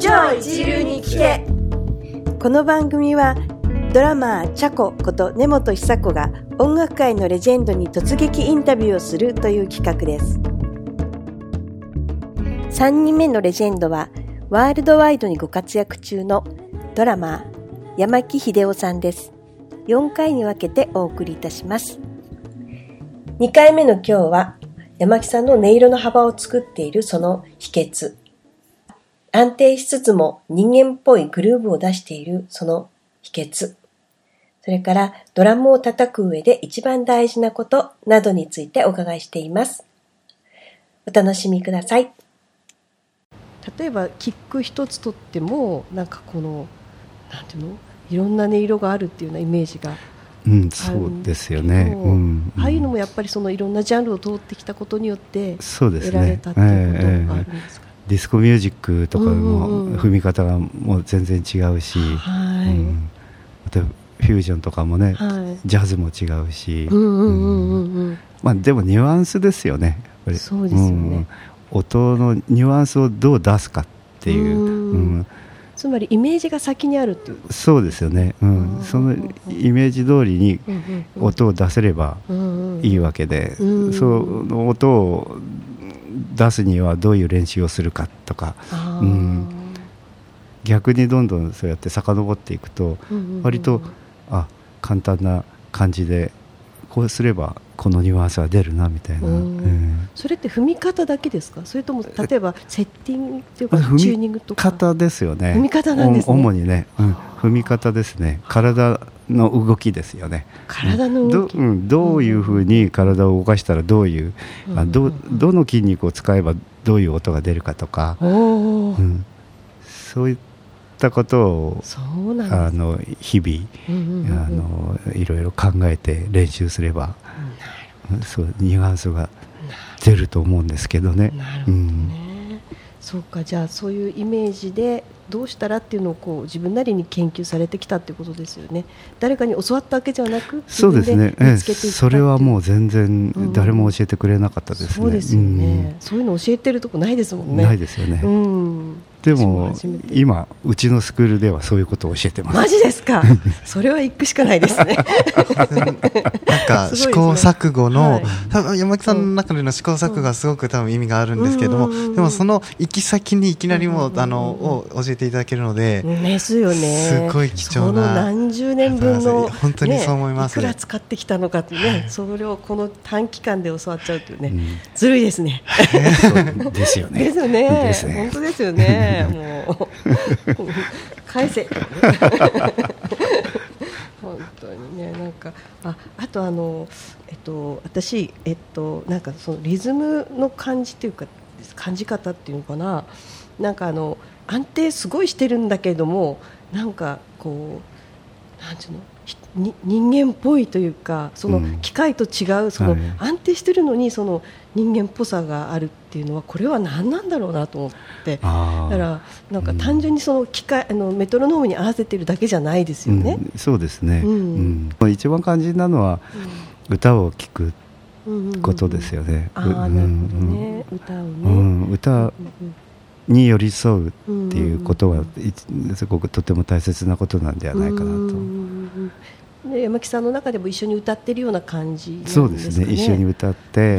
超一流に聞け。この番組はドラマーチャコこと根本久子が音楽界のレジェンドに突撃インタビューをするという企画です。3人目のレジェンドはワールドワイドにご活躍中のドラマー山木秀夫さんです。4回に分けてお送りいたします。2回目の今日は山木さんの音色の幅を作っているその秘訣、安定しつつも人間っぽいグルーヴを出しているその秘訣、それからドラムを叩く上で一番大事なことなどについてお伺いしています。お楽しみください。例えばキック一つとってもなんかこのなんていうの、いろんな音色があるっていうようなイメージがそうですよね。 ああいうのもやっぱりそのいろんなジャンルを通ってきたことによってそうですね、 得られたっていうことがあるんですか。 ディスコミュージックとかも踏み方がもう全然違うし、またフュージョンとかもね、ジャズも違うし、でもニュアンスですよね、やっぱり。 そうですよね、 音のニュアンスをどう出すかっていう、 つまりイメージが先にあるっていう。 そうですよね、そのイメージ通りに音を出せればいいわけで、その音を出すにはどういう練習をするかとか、逆にどんどんそうやって遡っていくと、割と簡単な感じでこうすればこのニュアンスは出るなみたいな、 それって踏み方だけですか、それとも例えばセッティングというかチューニングとか。 踏み方ですよね。 踏み方なんですね。 主にね、踏み方ですね。体の動きですよね。 体の動き、 どういうふうに体を動かしたらどういう、どの筋肉を使えばどういう音が出るかとか、そういったことを日々いろいろ考えて練習すれば、そうニュアンスが出ると思うんですけどね。 なるほどね。そうか、じゃあそういうイメージでどうしたらっていうのをこう自分なりに研究されてきたっていうことですよね。誰かに教わったわけじゃなく、 そうですね、 見つけていったっていう。 それはもう全然誰も教えてくれなかったですね。 そうですよね、そういうの教えてるとこないですもんね。 ないですよね、でも今うちのスクールではそういうことを教えてます。 マジですか。それは行くしかないですね。 なんか試行錯誤の、多分山木さんの中での試行錯誤がすごく多分意味があるんですけれども、でもその行き先にいきなりもうを教えていただけるので、 ですよね。 すごい貴重な、 その何十年分の本当にそう思います。 いくら使ってきたのかってね、それをこの短期間で教わっちゃうというね、ずるいですね。 そうですよね。 ですよね。本当ですよね。もう返せ。本当にね、なんかあと私なんかそのリズムの感じというか感じ方っていうのかな、なんか安定すごいしてるんだけれども、なんかこうなんていうの、人間っぽいというか、その機械と違う、その安定してるのにその人間っぽさがあるっていうのは、これは何なんだろうなと思って、だからなんか単純にその機械メトロノームに合わせてるだけじゃないですよね。 そうですね、一番肝心なのは歌を聴くことですよね。 なるほどね、歌をね、 歌に寄り添うっていうことはすごくとても大切なことなんではないかなと。 で山木さんの中でも一緒に歌ってるような感じなんですかね。 そうですね、一緒に歌って、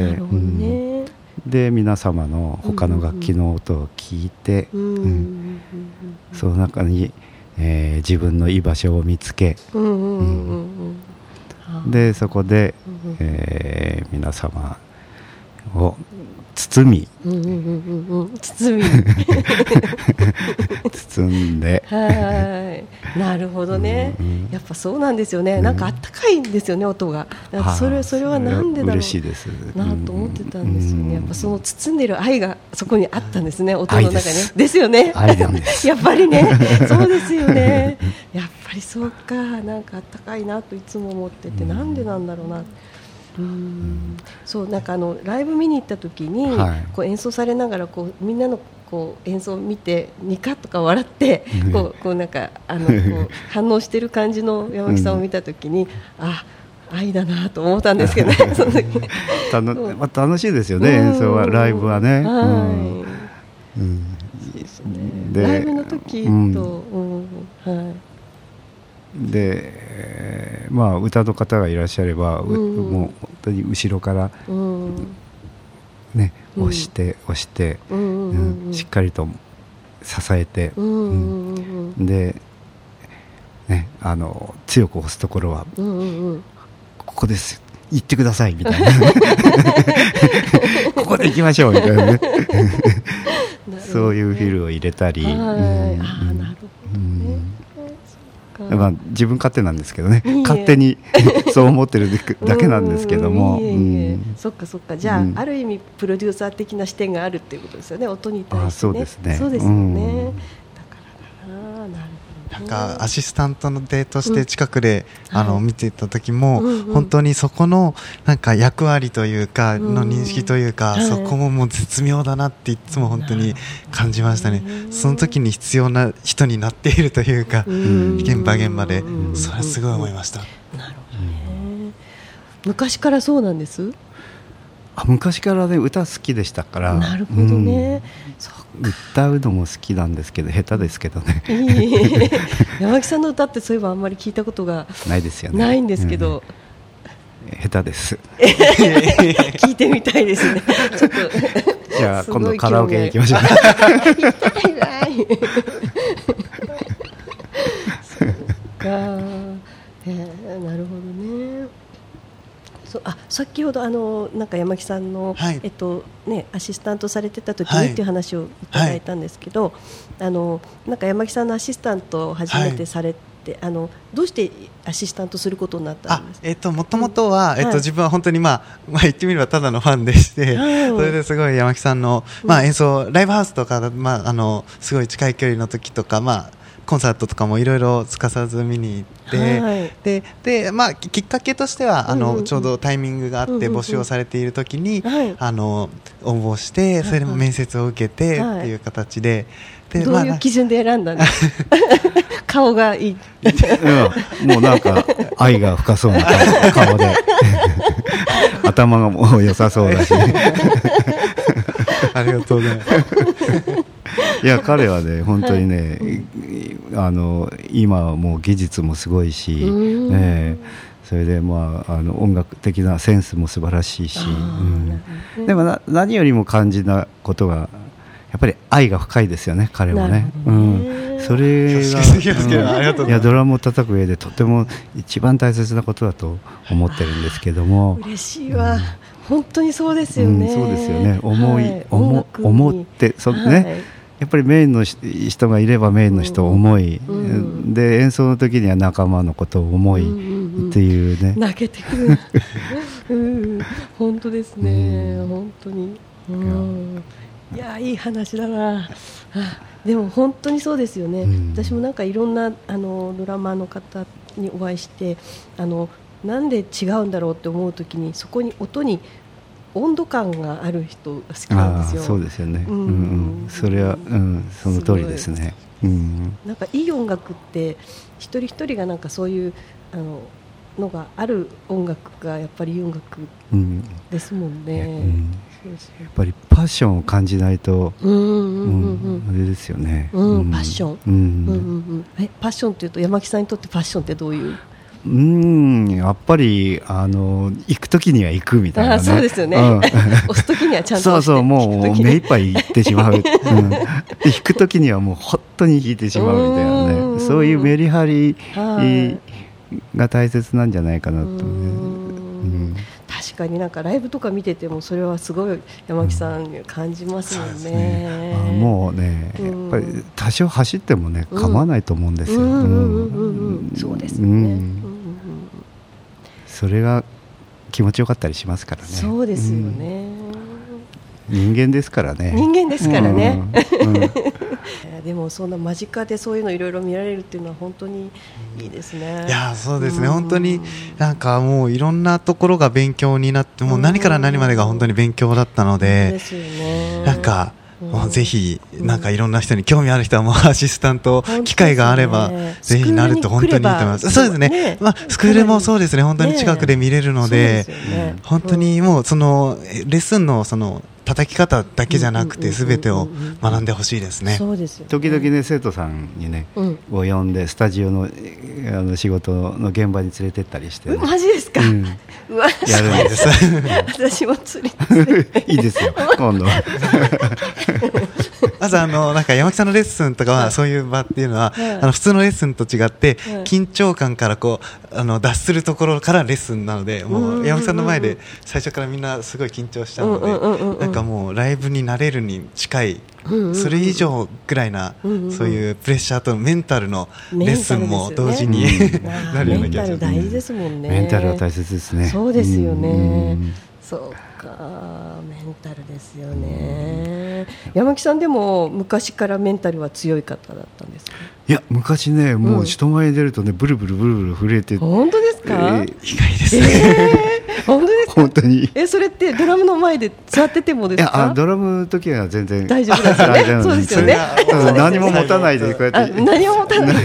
なるほどね、 で皆様の他の楽器の音を聞いて、その中に、自分の居場所を見つけ、でそこで、皆様を包み、包んで、 なるほどね、やっぱそうなんですよね。なんかあったかいんですよね、音が。それはなんでだろう嬉しいですなと思ってたんですよね。やっぱその包んでる愛がそこにあったんですね、音の中に。ですよね。 愛なんです。 やっぱりね、そうですよね。やっぱりそうか、なんかあったかいなといつも思ってて、なんでなんだろうな。そう、なんかライブ見に行った時に、こう演奏されながらこうみんなのこう演奏を見てニカッとか笑ってこうなんかこう反応してる感じの山木さんを見た時に、愛だなと思ったんですけどね。その時楽しいですよね、演奏は、ライブはね。 でライブの時と、はい、 でまあ歌の方がいらっしゃれば、もう本当に後ろから、ね、押してしっかりと支えて、で、ね、強く押すところは、ここです行ってくださいみたいなここで行きましょうみたいなねそういうフィルを入れたり、まあ、自分勝手なんですけどね、勝手にそう思ってるだけなんですけども、 そっかそっか、じゃあ、ある意味プロデューサー的な視点があるっていうことですよね、音に対してね。 そうですね、 そうですよね、だからな、なるほど。 なんかアシスタントのデーとして近くで、見ていた時も、本当にそこのなんか役割というかの認識というか、そこももう絶妙だなっていつも本当に感じましたね。その時に必要な人になっているというか、現場現場で、それはすごい思いました。 なるほどね。昔からそうなんです。 昔からね、歌好きでしたから。 なるほどね、 歌うのも好きなんですけど、下手ですけどね山木さんの歌ってそういえばあんまり聞いたことがないですよね。 ないんですけど、 下手です聞いてみたいですねちょっとじゃあ今度カラオケ行きましょうそっか、なるほどね。先ほどなんか山木さんの、アシスタントされてた時にっていう話をいただいたんですけど、なんか山木さんのアシスタントを初めてされて、どうしてアシスタントすることになったんですか。 もともとは、自分は本当に言ってみればただのファンでして、それですごい山木さんの、演奏ライブハウスとか、すごい近い距離の時とか、コンサートとかもいろいろすかさず見に行って、できっかけとしてはちょうどタイミングがあって募集をされている時に、応募して、それでも面接を受けてっていう形で、 どういう基準で選んだんですか顔がいいもうなんか愛が深そうな顔で頭がもう良さそうだしありがとうございますいや彼はね本当にね、今はもう技術もすごいし、それで音楽的なセンスも素晴らしいし、でも何よりも感じたことがやっぱり愛が深いですよね、彼もね。それがドラムを叩く上でとても一番大切なことだと思ってるんですけども。 嬉しいわ、本当にそうですよね。 そうですよね。思ってやっぱりメインの人がいればメインの人を思い、で演奏の時には仲間のことを思いっていうね、 泣けてくる本当ですね、本当に。いやいい話だな。でも本当にそうですよね、私もなんかいろんなドラマーの方にお会いして、なんで違うんだろうって思うときに、そこに音に温度感がある人が好きなんですよ。 そうですよね、それは、その通りですね。 なんかいい音楽って一人一人がなんかそういうのがある音楽がやっぱりいい音楽ですもんね。 やっぱりパッションを感じないとあれですよね。 パッション、パッションというと山木さんにとってパッションってどういう？ やっぱり行くときには行くみたいなね。 そうですよね、押すときにはちゃんと押して、 もう目いっぱい行ってしまう、で弾くときにはもう本当に弾いてしまうみたいなね、そういうメリハリが大切なんじゃないかなとね。 確かになんかライブとか見ててもそれはすごい山木さん感じますよね。 もうね、やっぱり多少走ってもね構わないと思うんですよ。 そうですね。 それが気持ちよかったりしますからね。 そうですよね。 人間ですからね。 人間ですからね。でもそんな間近でそういうのいろいろ見られるっていうのは本当にいいですね。 いやそうですね、本当になんかもういろんなところが勉強になって、もう何から何までが本当に勉強だったので、なんかもうぜひなんかいろんな人に興味ある人はもうアシスタント機会があればぜひなると本当にいいと思います。そうですね、スクールもそうですね、本当に近くで見れるので、本当にもうそのレッスンのその叩き方だけじゃなくて全てを学んでほしいですね。 そうですよね。 時々ね生徒さんにね、を呼んでスタジオの仕事の現場に連れてったりして、ね、 マジですか、うわやるんです私も釣りいいですよ今度まずなんか山木さんのレッスンとかはそういう場っていうのは、普通のレッスンと違って、緊張感からこう脱するところからレッスンなので、もう山木さんの前で最初からみんなすごい緊張しちゃうので、なんかもうライブに慣れるに近い、それ以上ぐらいな、そういうプレッシャーとメンタルのレッスンも同時になるような気がします。 メンタル大事ですもんね。 メンタルは大切ですね。 そうですよね。そうか、メンタルですよね。山木さんでも昔からメンタルは強い方だったんですか？ いや昔ね、もう人前に出るとねブルブルブルブル震えて、 本当ですか？ 意外ですね。 本当ですか？ 本当に。 それってドラムの前で座っててもですか？ いやドラムの時は全然大丈夫ですよね。そうですよね。 何も持たないでこうやって、 何も持たない。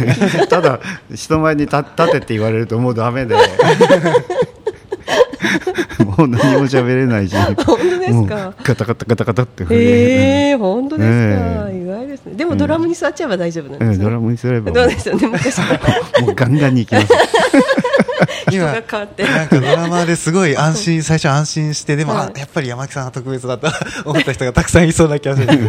ただ人前に立てって言われるともうダメでもう何も喋れないし、 本当ですか？ ガタガタガタガタって震える。 本当ですか？意外ですね。でもドラムに座っちゃえば大丈夫なんですね。 ドラムに座ればそうですよね。昔からもうガンガンに行きます。 人が変わってなんかドラマーですごい最初安心して、でもやっぱり山木さんが特別だと思った人がたくさんいそうな気がする。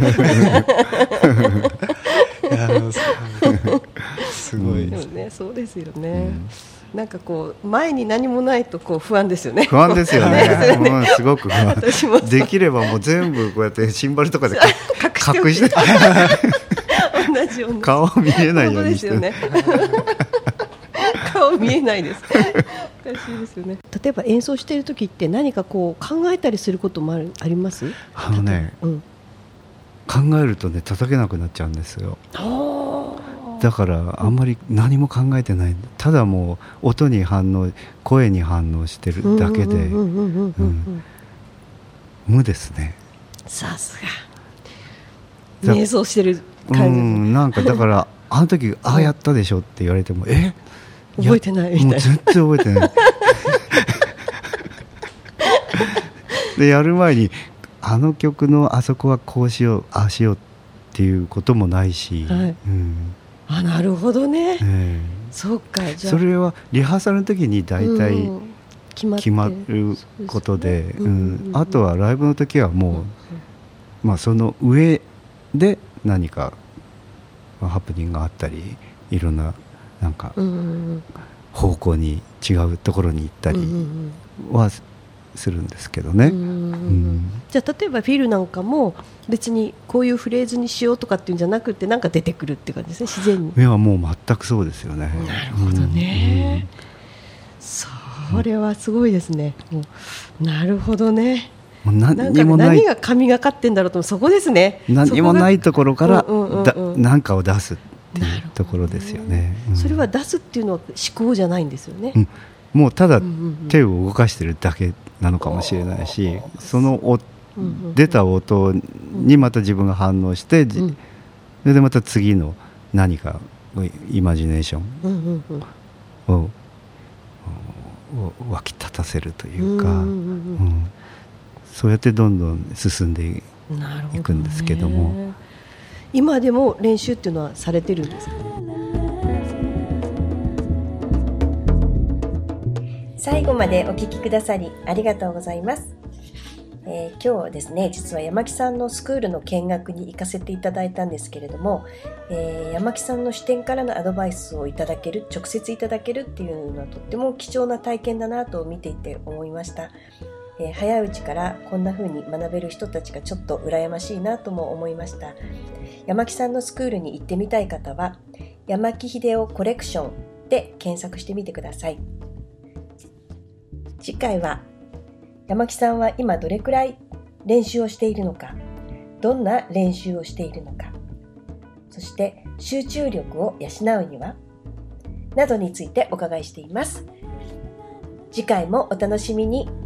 すごいですね。そうですよね。なんかこう前に何もないとこう不安ですよね。 不安ですよね。すごく不安。できればもう全部こうやってシンバルとかで隠して同じ顔見えないようにして。 本当ですよね。顔見えないです。おかしいですよね。例えば演奏している時って何かこう考えたりすることもあります？ 考えるとね叩けなくなっちゃうんですよ。だからあんまり何も考えてない。ただもう音に声に反応してるだけで無ですね。 さすが瞑想してる感じ。 なんかだからあの時やったでしょって言われても覚えてないみたいな。 もう全然覚えてないでやる前にあの曲のあそこはこうしようああしようっていうこともないし、 なるほどね。そうか。じゃあそれはリハーサルの時に大体決まることで、あとはライブの時はもう、その上で何かハプニングがあったりいろんななんか方向に違うところに行ったりはするんですけどね。 じゃあ例えばフィルなんかも別にこういうフレーズにしようとかっていうんじゃなくてなんか出てくるって感じですね、自然に。 いやもう全くそうですよね。 なるほどね。それはすごいですね。なるほどね。何が神がかってんだろうと、そこですね。 何もないところから何かを出すっていうところですよね。 それは出すっていうのは思考じゃないんですよね。 もうただ手を動かしてるだけなのかもしれないし、その出た音にまた自分が反応して、それでまた次の何かイマジネーションを湧き立たせるというか、そうやってどんどん進んでいくんですけども。 今でも練習っていうのはされてるんですか？最後までお聞きくださりありがとうございます。今日はですね、実は山木さんのスクールの見学に行かせていただいたんですけれども、山木さんの視点からのアドバイスを直接いただけるっていうのはとっても貴重な体験だなと見ていて思いました。早いうちからこんな風に学べる人たちがちょっと羨ましいなとも思いました。山木さんのスクールに行ってみたい方は、山木秀夫コレクションで検索してみてください。次回は山木さんは今どれくらい練習をしているのか、どんな練習をしているのか、そして集中力を養うにはなどについてお伺いしています。次回もお楽しみに。